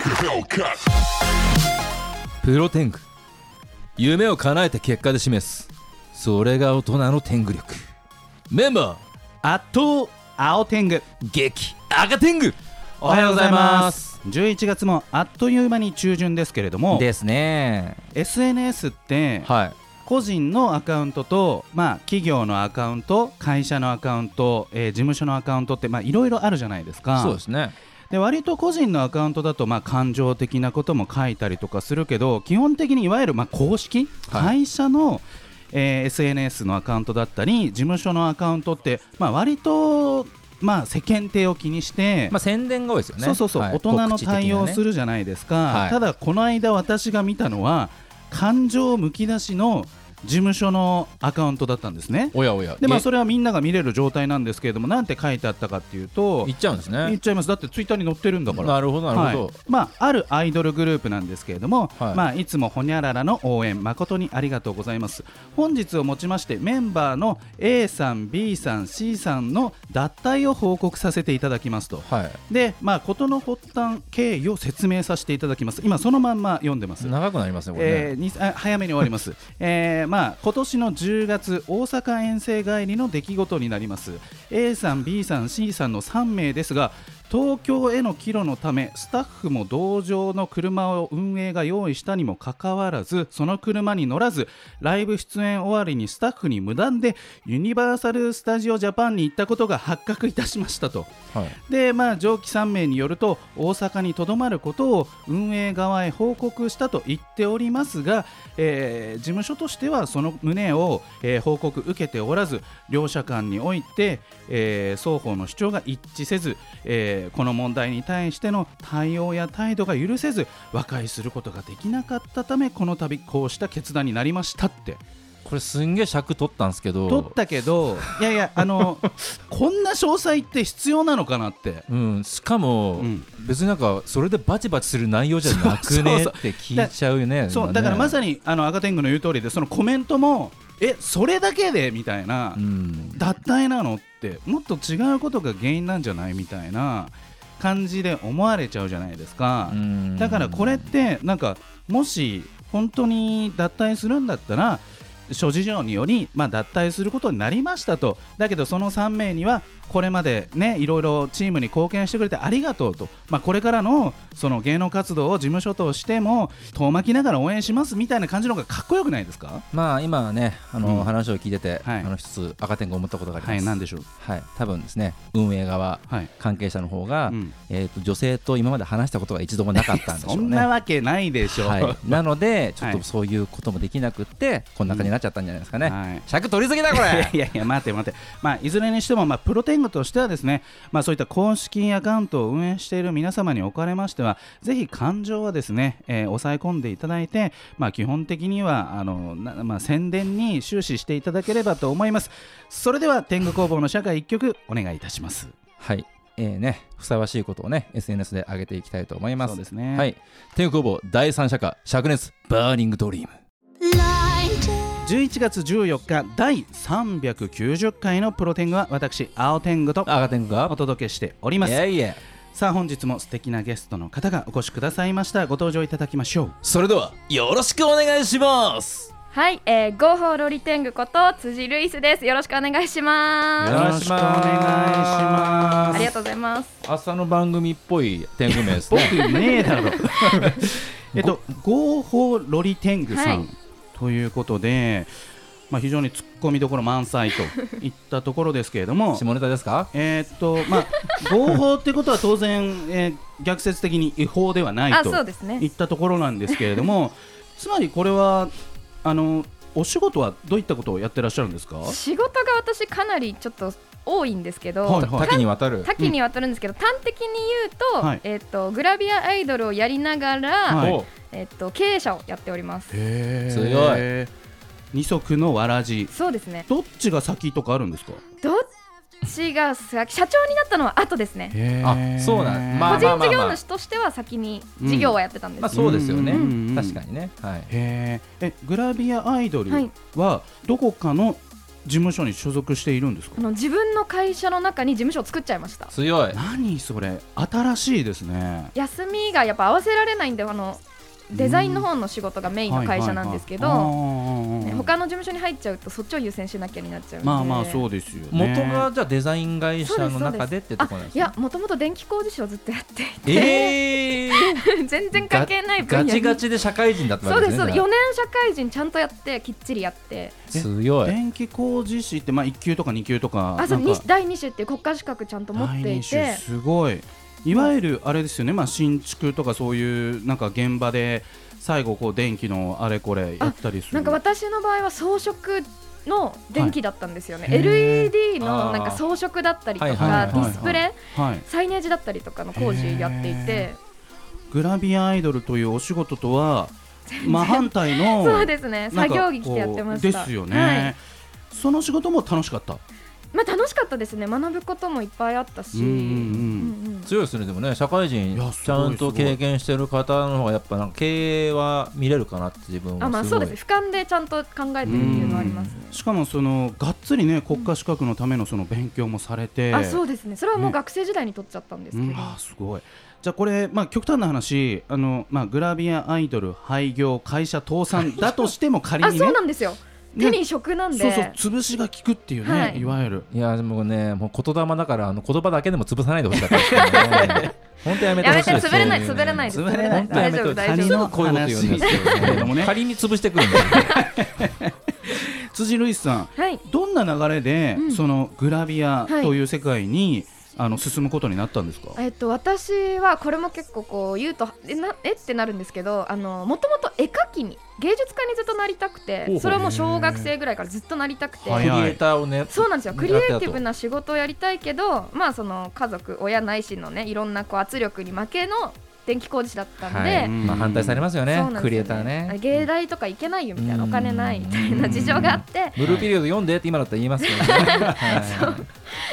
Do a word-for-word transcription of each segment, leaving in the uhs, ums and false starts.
プロテング、夢を叶えて結果で示す、それが大人の天狗力。メンバー圧倒青天狗、 激赤天狗。 おはようございます。じゅういちがつもあっという間に中旬ですけれどもですね。 エスエヌエス ってはい、 個人のアカウントと、まあ、企業のアカウント、会社のアカウント、えー、事務所のアカウントっていろいろあるじゃないですか。 そうですね。 で割と個人のアカウントだと、まあ、感情的なことも書いたりとかするけど、基本的にいわゆるまあ公式、はい、会社の、えー、エスエヌエス のアカウントだったり事務所のアカウントって、まあ、割とまあ、世間体を気にして、 まあ、宣伝が多いですよね。 そうそうそう、はい、大人の対応するじゃないですか、はい、ただこの間私が見たのは感情むき出しの事務所のアカウントだったんですね。 おやおや。 で、まあ、それはみんなが見れる状態なんですけれども、なんて書いてあったかっていうと、 言っちゃうんですね。 言っちゃいます。だってツイッターに載ってるんだから。 なるほどなるほど、 はい、まあ、あるアイドルグループなんですけれども、 はい、 まあ、いつもホニャララの応援誠にありがとうございます。本日をもちましてメンバーの A さん B さん C さんの脱退を報告させていただきますと、 はい、 で、まあ、事の発端経緯を説明させていただきます。今そのまんま読んでます。 長くなりますねこれね、 えー、にあ早めに終わります、えーまあ、今年のじゅうがつ大阪遠征帰りの出来事になります。 A さん B さん C さんのさんめいですが、東京への帰路のためスタッフも同乗の車を運営が用意したにもかかわらず、その車に乗らずライブ出演終わりにスタッフに無断でユニバーサル・スタジオ・ジャパンに行ったことが発覚いたしましたと、はい、で、まあ、上記さんめいによると大阪にとどまることを運営側へ報告したと言っておりますが、えー、事務所としてはその旨を、えー、報告受けておらず、両者間において、えー、双方の主張が一致せず、えーこの問題に対しての対応や態度が許せず和解することができなかったため、この度こうした決断になりましたって。 これすんげえ尺取ったんですけど取ったけどいやいやあのこんな詳細って必要なのかなって、 うん、しかも、うん、別になんかそれでバチバチする内容じゃなくねって聞いちゃうよね。 そうだからまさにあの赤天狗の言う通りで、そのコメントもえそれだけでみたいな、うん、脱退なのってもっと違うことが原因なんじゃないみたいな感じで思われちゃうじゃないですか。うん、だからこれってなんかもし本当に脱退するんだったら諸事情により、まあ、脱退することになりましたと。だけどそのさんめいにはこれまでねいろいろチームに貢献してくれてありがとうと、まあ、これからのその芸能活動を事務所としても遠巻きながら応援しますみたいな感じの方がかっこよくないですか。 まあ今ねあの、うん、話を聞いてて、はい、あの一つ赤点が思ったことがあります。 はい、何でしょう。 はい、多分ですね運営側、はい、関係者の方が、うん、えーと女性と今まで話したことが一度もなかったんでしょうね。 そんなわけないでしょう、 はい、なのでちょっとそういうこともできなくって、はい、こんな感じになっちゃったんじゃないですかね。はい、尺取りすぎだこれいやいや待て待て、まあ、いずれにしても、まあ、プロテングとしてはですね、まあ、そういった公式アカウントを運営している皆様におかれましてはぜひ感情はですね、えー、抑え込んでいただいて、まあ、基本的にはあのな、まあ、宣伝に終始していただければと思います。それでは天狗工房の社会一曲お願いいたします。 はい、えーね、ふさわしいことをね エスエヌエス で上げていきたいと思います。 そうですね、 はい、天狗工房だいさん社歌灼熱バーニングドリーム。 じゅういちがつじゅうよっかだいさんびゃくきゅうじゅっかいのプロテングは私青天狗と赤天狗がお届けしております。 いやいや、 さあ本日も素敵なゲストの方がお越しくださいました。ご登場いただきましょう。 それではよろしくお願いします。 はい、えー、ゴーホーロリテングこと辻ルイスです。よろしくお願いします。 よろしくお願いします。 ありがとうございます。 朝の番組っぽい天狗名ですね。 僕ねえだろえっとゴーホーロリテングさん、はい、ということで、まあ、非常にツッコミどころ満載といったところですけれども下ネタですか。 えーっとまあ合法ってことは当然、えー、逆説的に違法ではないといったところなんですけれどもつまりこれはあのお仕事はどういったことをやってらっしゃるんですか。 仕事が私かなりちょっと多いんですけど、 はいはい、多岐にわたる多岐にわたるんですけど、うん、端的に言うと、はい、えー、とグラビアアイドルをやりながら、はい、えー、と経営者をやっております。 へー、強い。 二足のわらじ。 そうですね。 どっちが先とかあるんですか。 どっちが先、社長になったのは後ですね。 あ、そうなん、 まあ、個人事業主としては先に事業はやってたんです、うん、 まあ、そうですよね、うん、確かにね、はい、 へえ、グラビアアイドルはどこかの事務所に所属しているんですか？ あの自分の会社の中に事務所を作っちゃいました。 強い。 何それ、新しいですね。 休みがやっぱ合わせられないんで、あのデザインの方の仕事がメインの会社なんですけど、ね、他の事務所に入っちゃうとそっちを優先しなきゃになっちゃうんで。 まあまあそうですよね。 元がじゃあデザイン会社の中でってところなんですか？ いや、もともと電気工事士をずっとやっていて、 えー、 全然関係ない分野にガチガチで社会人だったわけですね。 そうです、そうです。よねん社会人ちゃんとやってきっちりやって。 強い。 電気工事士ってまあいっ級とかに級とか、 あ、そう、だいに種っていう国家資格ちゃんと持っていて、 すごい。いわゆるあれですよね、まあ、新築とかそういうなんか現場で最後こう電気のあれこれやったりする。 なんか私の場合は装飾の電気だったんですよね、はい、エルイーディー のなんか装飾だったりとか、はい、ディスプレイ、はい、サイネージだったりとかの工事やっていて、 グラビアアイドルというお仕事とは真反対のそうですね、作業着着てやってました。 ですよね、はい、その仕事も楽しかった？ まあ、楽しかったですね。学ぶこともいっぱいあったし、うんうんうん、 強いですね。でもね、社会人ちゃんと経験してる方の方がやっぱなんか経営は見れるかなって自分はすごい。 あ、まあそうですね、俯瞰でちゃんと考えてるっていうのはありますね。 しかもそのがっつりね、国家資格のためのその勉強もされて、 うん、あ、そうですね。それはもう学生時代に取っちゃったんですけど、ね、うん、 あ、すごい。じゃあこれ、まあ、極端な話、あの、まあ、グラビアアイドル廃業会社倒産だとしても仮にねあ、そうなんですよ。手に職なんで、 ね、そうそう、潰しが効くっていうね、はい、いわゆる。 いやでもね、もう言霊だから、あの言葉だけでも潰さないでほしかったですけどね。本当やめてほしいです。 やめて、潰れない、潰れないです。 潰れない、大丈夫、大丈夫。こういうこと言うんですけどね。仮に潰してくるんで。 辻ルイスさん、はい、どんな流れで、うん、そのグラビアという世界に、はい、あの進むことになったんですか？ えっと、私はこれも結構こう言うとえなえってなるんですけど、あのもともと絵描きに芸術家にずっとなりたくて、ほうほう、それはもう小学生ぐらいからずっとなりたくて、 クリエイターをね、 そうなんですよ。クリエイティブな仕事をやりたいけど、まあその家族親ないしのね、いろんなこう圧力に負けの電気工事士だったんで、はい、 まあ、反対されますよ ね, よねクリエイターね。 芸大とか行けないよみたいな、お金ないみたいな事情があって、 ブルーピリオド読んでって今だったら言いますけどね。はい、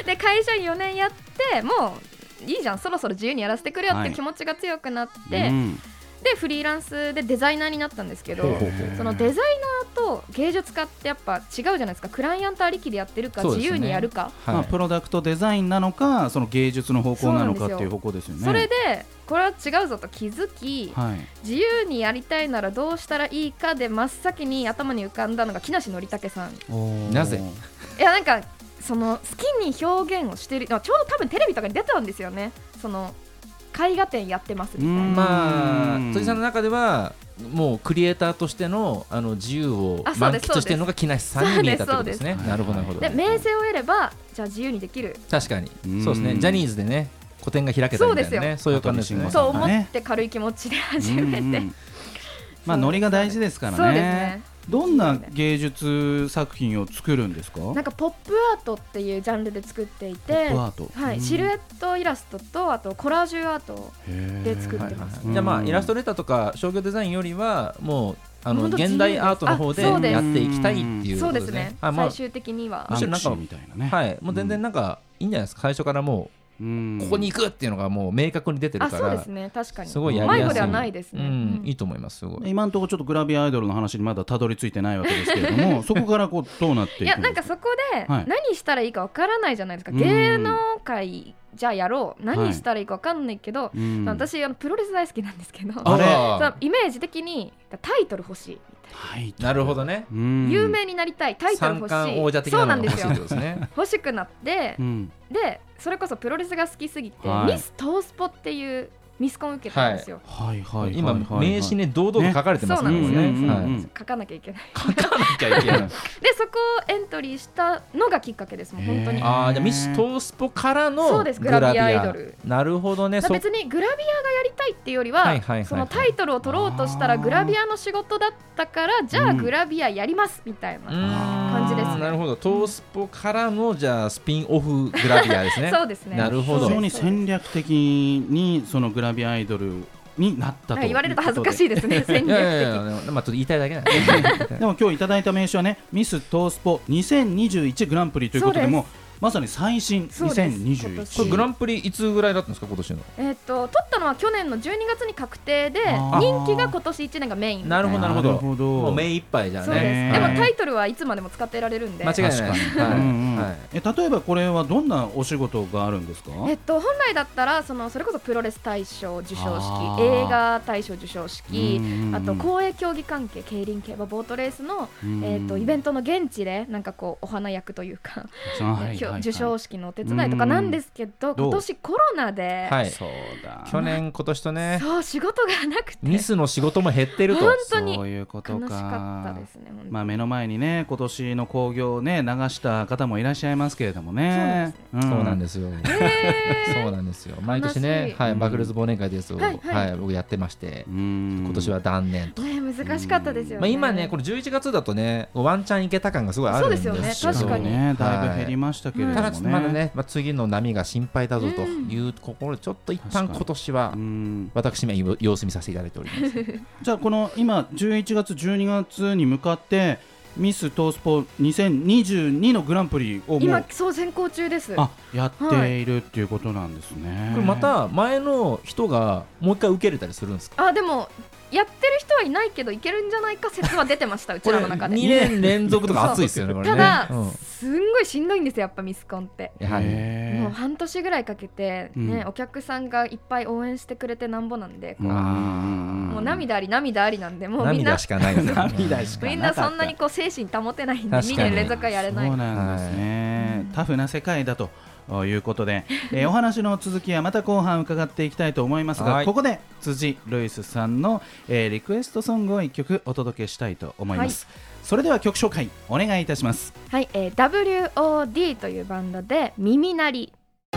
で会社よねんやって、もういいじゃん、そろそろ自由にやらせてくれよって気持ちが強くなって、はい、うん、でフリーランスでデザイナーになったんですけど、そのデザイナーと芸術家ってやっぱ違うじゃないですか。クライアントありきでやってるか、自由にやるか、 はい、まあ、プロダクトデザインなのか、その芸術の方向なのかっていう方向ですよね。 それでこれは違うぞと気づき、はい、自由にやりたいならどうしたらいいかで真っ先に頭に浮かんだのが木梨憲武さん。 なぜ？ いや、なんかその好きに表現をしてる、ちょうど多分テレビとかに出てたんですよね。その絵画展やってますみたいな。 まあ、辻さんの中ではもうクリエイターとしてのあの自由を満喫しているのが木梨さんに見えたってことですね。なるほどなるほど。 で名声を得ればじゃあ自由にできる。 確かにそうですね。ジャニーズでね、個展が開けたみたいなね、そういう感じですね。 そう思って軽い気持ちで始めて、うんうん、 まあノリが大事ですからね。 そうですね。 どんな芸術作品を作るんですか？ なんかポップアートっていうジャンルで作っていて、ポップアート、はい、シルエットイラストとあとコラージュアートで作ってます。 はいはい、じゃあまあイラストレーターとか商業デザインよりはもうあの現代アートの方でやっていきたいっていうことですね。そうですね。 あ、まあ、最終的にはむしろなんかみたいなね、 はい、もう全然なんかいいんじゃないですか。最初からもうここに行くっていうのがもう明確に出てるから、 あ、そうですね、確かにすごいやりやすい。 迷子ではないですね、 うん、いいと思います。すごい。 今のところちょっとグラビアアイドルの話にまだたどり着いてないわけですけれどもそこからこうどうなっていくの？いや、なんかそこで何したらいいかわからないじゃないですか、はい、芸能界じゃあやろう、何したらいいかわかんないけど、はい、私あのプロレス大好きなんですけど、 あれイメージ的にタイトル欲しいみたいな。 なるほどね。 有名になりたい、タイトル欲しい、 三冠王者的なのが欲しいってことですね。 欲しくなって、うん、でそれこそプロレスが好きすぎて、はい、ミストースポっていうミスコン受けたんですよ。 はいはいはい、 今名刺ね堂々と書かれてますね。 そうなんですね、はい、書かなきゃいけない書かなきゃいけないでそこをエントリーしたのがきっかけです。もう本当に。 ああ、じゃあミストースポからのそうです、グラビアアイドル。 なるほどね。 別にグラビアがやりたいっていうよりは、はいはいはいはい、そのタイトルを取ろうとしたらグラビアの仕事だったからじゃあグラビアやりますみたいな感じですね。 なるほど。トースポからのじゃあスピンオフグラビアですね。 そうですね。 なるほど。非常に戦略的にそのグラビアアイドルになったと。 言われると恥ずかしいですね。戦略的。いやいやいや、 まあちょっと言いたいだけなんで。 でも今日いただいた名刺はね、ミストースポにせんにじゅういちグランプリということでもまさに最新にせんにじゅういち。 これグランプリいつぐらいだったんですか今年の？ えー、と取ったのは去年のじゅうにがつに確定で、人気が今年いちねんがメイン。 なるほどなるほど。 なるほどもう目いっぱいじゃね。 そうです。 ねでもタイトルはいつまでも使ってられるんで。 間違いない。 確かにはいうんうんはいえ例えばこれはどんなお仕事があるんですか？ えっと、本来だったらそのそれこそプロレス大賞授賞あ式、 ー映画大賞授賞式、 うんうんうんあと公営競技関係、競輪競馬、ボートレースの、 うんえっとイベントの現地でなんかこうお花役というか、 はいはいはい授賞式のお手伝いとかなんですけど、 どう今年コロナで、 はい。 そうだ去年今年とね、 そう仕事がなくてミスの仕事も減ってると。 本当にそういうことか。 悲しかったですね。本当にまあ、目の前にね今年の興行をね流した方もいらっしゃいますけれどもね。 そうなんでですよ。 へーそうなんですよ。毎年悲ねし、いはい、 うんバクルズ忘年会ですを、 はいはいはい、僕やってまして、 す。今今年は断念と。 ね難しかったですよね。 まあ今ね、これじゅういちがつだとね、ワンチャンいけた感がすごいあるんですよ。 そうですよね確かにねだいぶ減りましたけれどもね。 ただまだね、まあ、次の波が心配だぞとうんいうところでちょっと一旦今年はうん私め様子見させていただいております。 じゃあこの今じゅういちがつじゅうにがつに向かってミストースポにせんにじゅうにのグランプリをも今うそう選考中です。 あやっているっていうことなんですね。 これまた前の人がもう一回受けれたりするんですか？ あでもやってる人はいないけどいけるんじゃないか説は出てましたうちこれらの中で。 にねん連続とか熱いですよね。これねただ、 うんすんごいしんどいんですよやっぱミスコンって。 やはりへーもう半年ぐらいかけて、ねうんお客さんがいっぱい応援してくれてなんぼなんで、こううんもう涙あり涙ありなんで、もうみんな涙しかないですよね。 涙しかみんなそんなにこう精神保てないんで確かににねん連続はやれない。 そうなんですね、 はいタフな世界だということで、えーお話の続きはまた後半伺っていきたいと思いますが、 はいここで辻ルイスさんの、えーリクエストソングをいっきょくお届けしたいと思います、それでは曲紹介お願いいたします。 はい、えー、ダブリューオーディー というバンドで耳鳴り。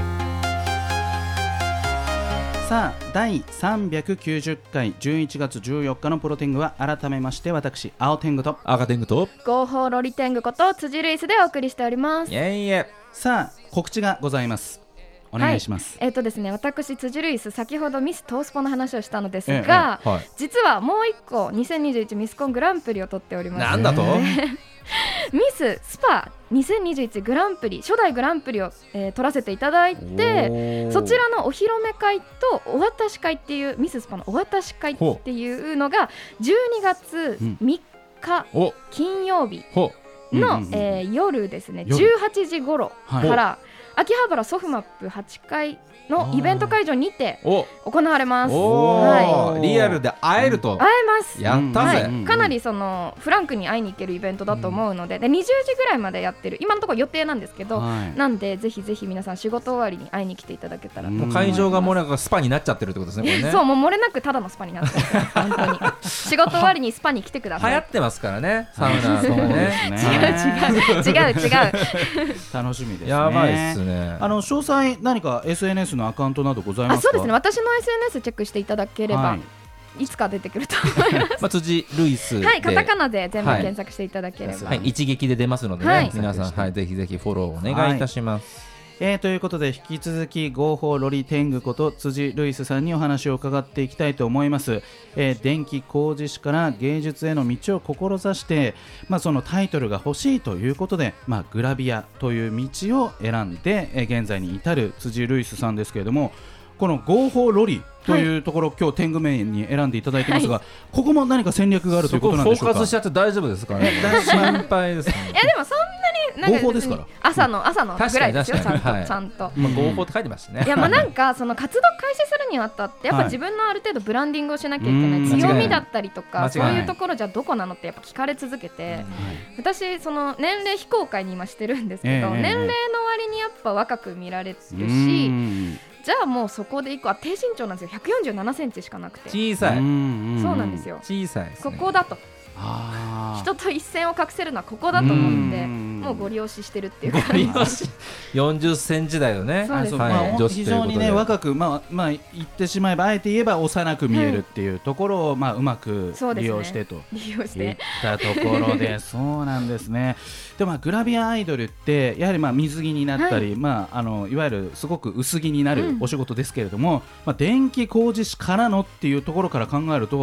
さあだいさんびゃくきゅうじゅっかいじゅういちがつじゅうよっかのプロテングは改めまして私青天狗と赤天狗と合法ロリテングこと辻ルイスでお送りしております。 いえいえ。 さあ告知がございます。お願いします。 えーとですね、私辻ルイス先ほどミストースポの話をしたのですえが、 えはい実はもう一個にせんにじゅういちミスコングランプリを取っております。 なんだと？ ミススパにせんにじゅういちグランプリ初代グランプリを、えー取らせていただいて、そちらのお披露目会とお渡し会っていうミススパのお渡し会っていうのがじゅうにがつみっかお金曜日ほの、 うんうんうんえー夜ですね夜じゅうはちじ頃かはいら秋葉原ソフマップはちかいのイベント会場にてお行われます。 おはーリアルで会えると会えます。 やったはぜ。 い、かなりそのフランクに会いに行けるイベントだと思うので、でにじゅうじぐらいまでやってる今のところ予定なんですけど、 はいなんでぜひぜひ皆さん仕事終わりに会いに来ていただけたらとうんもう会場がもうなんかスパになっちゃってるってことですね。これね。 そうもう漏れなくただのスパになってます本当に仕事終わりにスパに来てくだ流さい。 行ってますからね。サウナとかそうでね。 すね違う違う違う違う楽しみですね。 やばいっすね。 あの詳細何か エスエヌエス のアカウントなどございますか？ あそうですね、私の エスエヌエス チェックしていただければ、 はいい、つか出てくると思いますまあ辻ルイスで。 はい、カタカナで全部はい検索していただければ、 はい、一撃で出ますのでね、 はい皆さん、はい、ぜひぜひフォローお願いいたします。 えー、ということで引き続き合法ロリテングこと辻ルイスさんにお話を伺っていきたいと思います、えー、電気工事士から芸術への道を志して、まあ、そのタイトルが欲しいということで、まあ、グラビアという道を選んで、えー、現在に至る辻ルイスさんですけれども、この合法ロリというところ、はい、今日天狗メインに選んでいただいてますが、はい、ここも何か戦略があるということなんでしょうか？ そこフォーカスしちゃって大丈夫ですかね。心配ですね。 いやでもそんなになんか合法ですから朝の朝のぐらいですよ、ちゃんと、 はい、 ちゃんと、 まあ、合法って書いてましたね。 いやまあなんかその活動開始するにあたってやっぱ自分のある程度ブランディングをしなきゃいけない、 はい、 強みだったりとかそういうところじゃどこなのってやっぱ聞かれ続けて、 はい、 私その年齢非公開に今してるんですけど、えー、年齢の割にやっぱ若く見られるし、じゃあもうそこでいく、あ低身長なんですよ、ひゃくよんじゅうななセンチしかなくて小さい、 そうなんですよ、 小さいですね、 ここだとあ人と一線を画せるのはここだと思ってもうご利用ししてるっていうか、 ご利用しよんじゅっセンチ台よね。 そうですね、 はいまあ、非常にね若く、まあまあ、言ってしまえばあえて言えば幼く見えるっていうところを、まあ、うまく利用してと利用していったところでそうなんですね。でも、まあ、グラビアアイドルってやはりまあ水着になったり、はいまあ、あのいわゆるすごく薄着になるお仕事ですけれども、うんまあ、電気工事士からのっていうところから考えると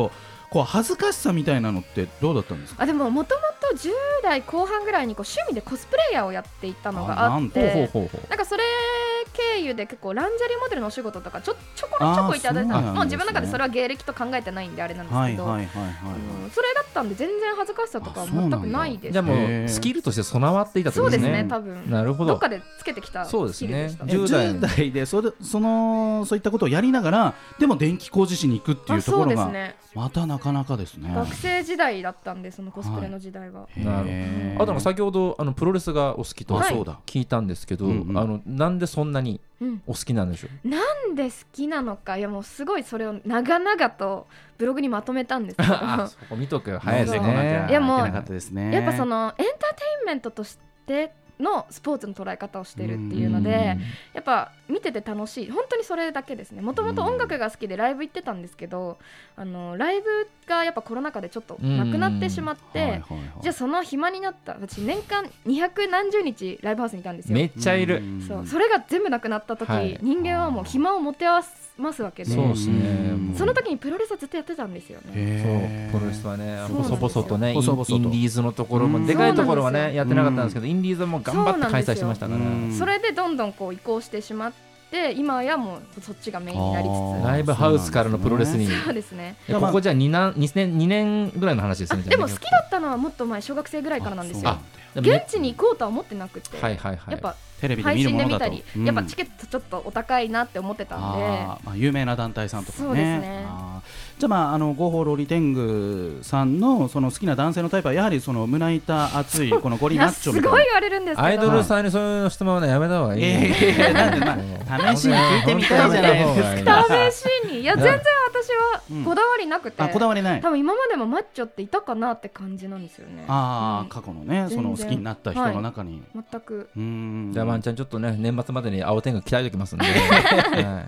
こう恥ずかしさみたいなのってどうだったんですか？ あでももともとじゅう代後半ぐらいにこう趣味でコスプレイヤーをやっていたのがあってほうほうほうほうなんかそれ経由で結構ランジャリーモデルのお仕事とかちょちょこちょこいただいたの、もう自分の中でそれは芸歴と考えてないんであれなんですけど、 はいはいはいはい、 うんそれだったんで全然恥ずかしさとかは全くないです。 じゃあもうスキルとして備わっていたってことですね。 そうですね、多分なるほど。 どっかでつけてきたスキルでしたね。 じゅう代でそれそのそういったことをやりながらでも電気工事士に行くっていうところがまたなかなかですね。 学生時代だったんでそのコスプレの時代は、 はい、なるほど。あと先ほどあのプロレスがお好きと聞いたんですけど、はいうんうん、あのなんでそんなにお好きなんでしょう、 うん、なんで好きなのか、いやもうすごいそれを長々とブログにまとめたんですけどあそこ見とく早いですね。 いやもうやっぱそのエンターテインメントとしてのスポーツの捉え方をしてるっていうのでやっぱ見てて楽しい、本当にそれだけですね。もともと音楽が好きでライブ行ってたんですけど、あのライブがやっぱコロナ禍でちょっとなくなってしまって、じゃあその暇になった私年間にひゃくなんじゅうにちライブハウスにいたんですよ。 めっちゃいる。 そうそれが全部なくなった時、はい、人間はもう暇を持て余ますわけで、 そうですね、 その時にプロレスはずっとやってたんですよね。 そうプロレスはね細々とねインディーズのところもでかいところはねやってなかったんですけど、インディーズも頑張って開催しましたから、 それでどんどんこう移行してしまって今やもうそっちがメインになりつつ、 ライブハウスからのプロレスに。 そうですね。 ここじゃ 2, 年2年にねんぐらいの話ですね。 でも好きだったのはもっと前小学生ぐらいからなんですよ。現地に行こうとは思ってなくて、 はいはいはい、 やっぱテレビで見るものだと配信で見たり、うん、やっぱチケットちょっとお高いなって思ってたんで、 あ、まあ、有名な団体さんとかね。 そうですね。 あじゃあ、まあ、あのゴーホーロリテングさん の, その好きな男性のタイプはやはりその胸板厚いこのゴリマッチョみたいなすごい言われるんですけど、 アイドルさんにそういう質問は、ね、やめた方がいい、 えー、なんで、まあ、試しに聞いてみたいじゃないですか。 試しにいや全然私はこだわりなくて、 うん、あこだわりない。 多分今までもマッチョっていたかなって感じなんですよね。 あ、うん、過去のねその好全然きになった人の中に、 はい、全く。 うーん、 じゃあワンちゃんちょっとね年末までに青天狗鍛えておきますんで、はい、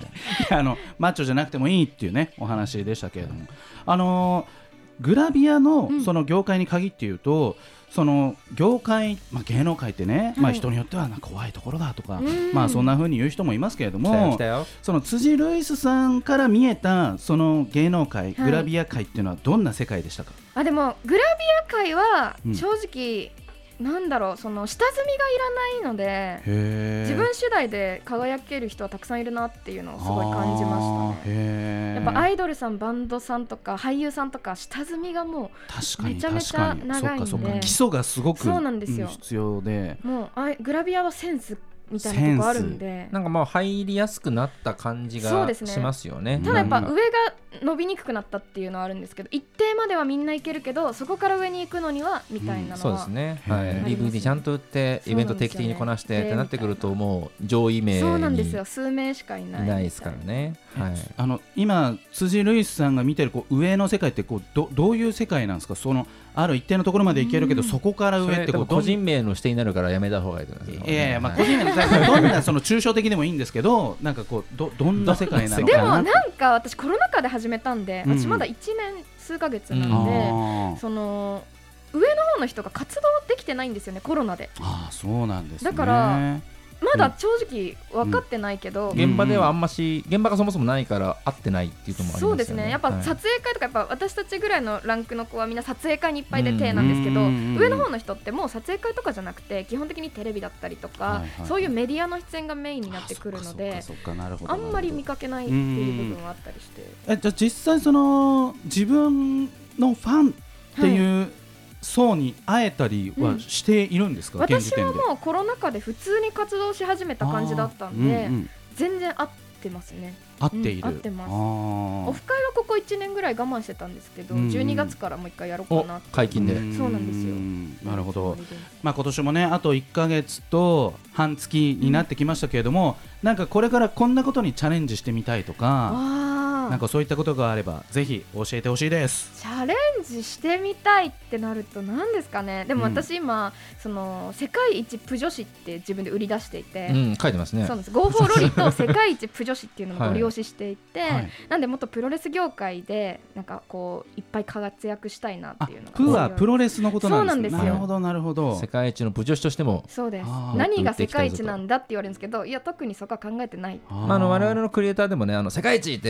あのマッチョじゃなくてもいいっていうねお話でしたけれども、あのー、グラビアのその業界に限って言うと、うん、その業界、まあ、芸能界ってね、はい、まあ、人によってはなんか怖いところだとか、まあ、そんな風に言う人もいますけれども、その辻ルイスさんから見えたその芸能界、グラビア界っていうのはどんな世界でしたか？ あでもグラビア界は正直、うん、なんだろう、その下積みがいらないので自分次第で輝ける人はたくさんいるなっていうのをすごい感じましたね。やっぱアイドルさん、バンドさんとか俳優さんとか下積みがもうめちゃめちゃ長いんで、 基礎がすごくそうなんですよ、 必要で、 もうあグラビアはセンスみたいなとこあるんで、 なんかまあ入りやすくなった感じがしますよね。 ただやっぱ上が伸びにくくなったっていうのはあるんですけど、一定まではみんないけるけどそこから上に行くのにはみたいなのは、うん、 そうですね、はい、ディーブイディー ちゃんと売ってイベント定期的にこなしてってなってくるともう上位名にそうなんですよ、数名しかいないないですからね、はい、 あの今辻ルイスさんが見てるこう上の世界ってこう ど, どういう世界なんですか？そのある一定のところまでいけるけど、うん、そこから上ってこう個人名の指定になるからやめた方がいいと思います。 いやいや、まあ、個人名のどんなその抽象的でもいいんですけど、なんかこう ど, どんな世界なのかな。 でもなんか私コロナ禍で始めたんで、うん、私まだいちねん数ヶ月なんで、うん、その上の方の人が活動できてないんですよね、コロナで。 ああ、そうなんですね。 だからまだ正直分かってないけど、 うん、現場ではあんまし現場がそもそもないから会ってないっていうのもありますよね。 そうですね、やっぱ撮影会とかやっぱ私たちぐらいのランクの子はみんな撮影会にいっぱい出てなんですけど、上の方の人ってもう撮影会とかじゃなくて基本的にテレビだったりとか、はいはいはい、そういうメディアの出演がメインになってくるので、あんまり見かけないっていう部分はあったりして、 えじゃあ実際その自分のファンっていう、はい、層に会えたりはしているんですか？うん、 私はもうコロナ禍で普通に活動し始めた感じだったんで、うんうん、全然会ってますね。 会っている、 うん、会ってます。オフ会はここいちねんぐらい我慢してたんですけど、うん、じゅうにがつからもう一回やろうかなって。 解禁で。 そうなんですよ。 なるほど。まあ、今年もねあといっかげつと半月になってきましたけれども、うん、なんかこれからこんなことにチャレンジしてみたいとか、なんかそういったことがあればぜひ教えてほしいです。 チャレンジしてみたいってなると何ですかね。でも私今、うん、その世界一プ女子って自分で売り出していて、 うん、書いてますね。 そうです。ゴーフォーロリと世界一プ女子っていうのもご利用ししていて、はいはい、なんでもっとプロレス業界でなんかこういっぱい活躍したいなっていうのが。 プはプロレスのことなんですね。 そうなんですよ。 なるほどなるほど。 世界一のプ女子としても。 そうです。何が世界一なんだって言われるんですけど、いや特にそこは考えてない。 あ、まあ、あの我々のクリエイターでもね、あの世界一って叫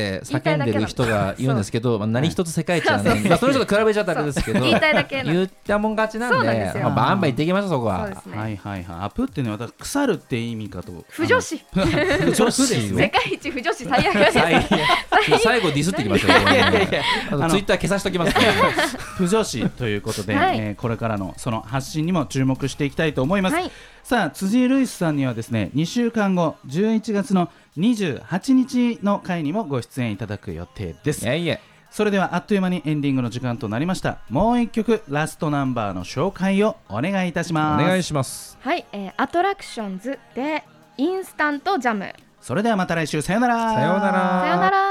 叫んでる人がいるんですけど、まあ、何一つ世界一はね、まあ、その人と比べちゃったらですけど、 言いたいだけ言ったもん勝ちなんで、 そうなんですよまあ、バンバン言っていきましょうそこは。 そうですね、 はいはいはい。アプっていうのは私腐るって意味かと。 不女子不女子です世ね。 界一不女子最悪です最最後ディスってきましたよ、 いやいやいやあとツイッター消さしときますから、ね、 不女子ということで、 はいえーこれからのその発信にも注目していきたいと思います。 はい、 さあ辻井ルイスさんにはですねにしゅうかんごじゅういちがつのにじゅうはちにちの回にもご出演いただく予定です。 いやいや、 それではあっという間にエンディングの時間となりました。もう一曲ラストナンバーの紹介をお願いいたします。 お願いします。 はい、えー、アトラクションズでインスタントジャム。 それではまた来週、さよなら。 さようなら。 さよなら。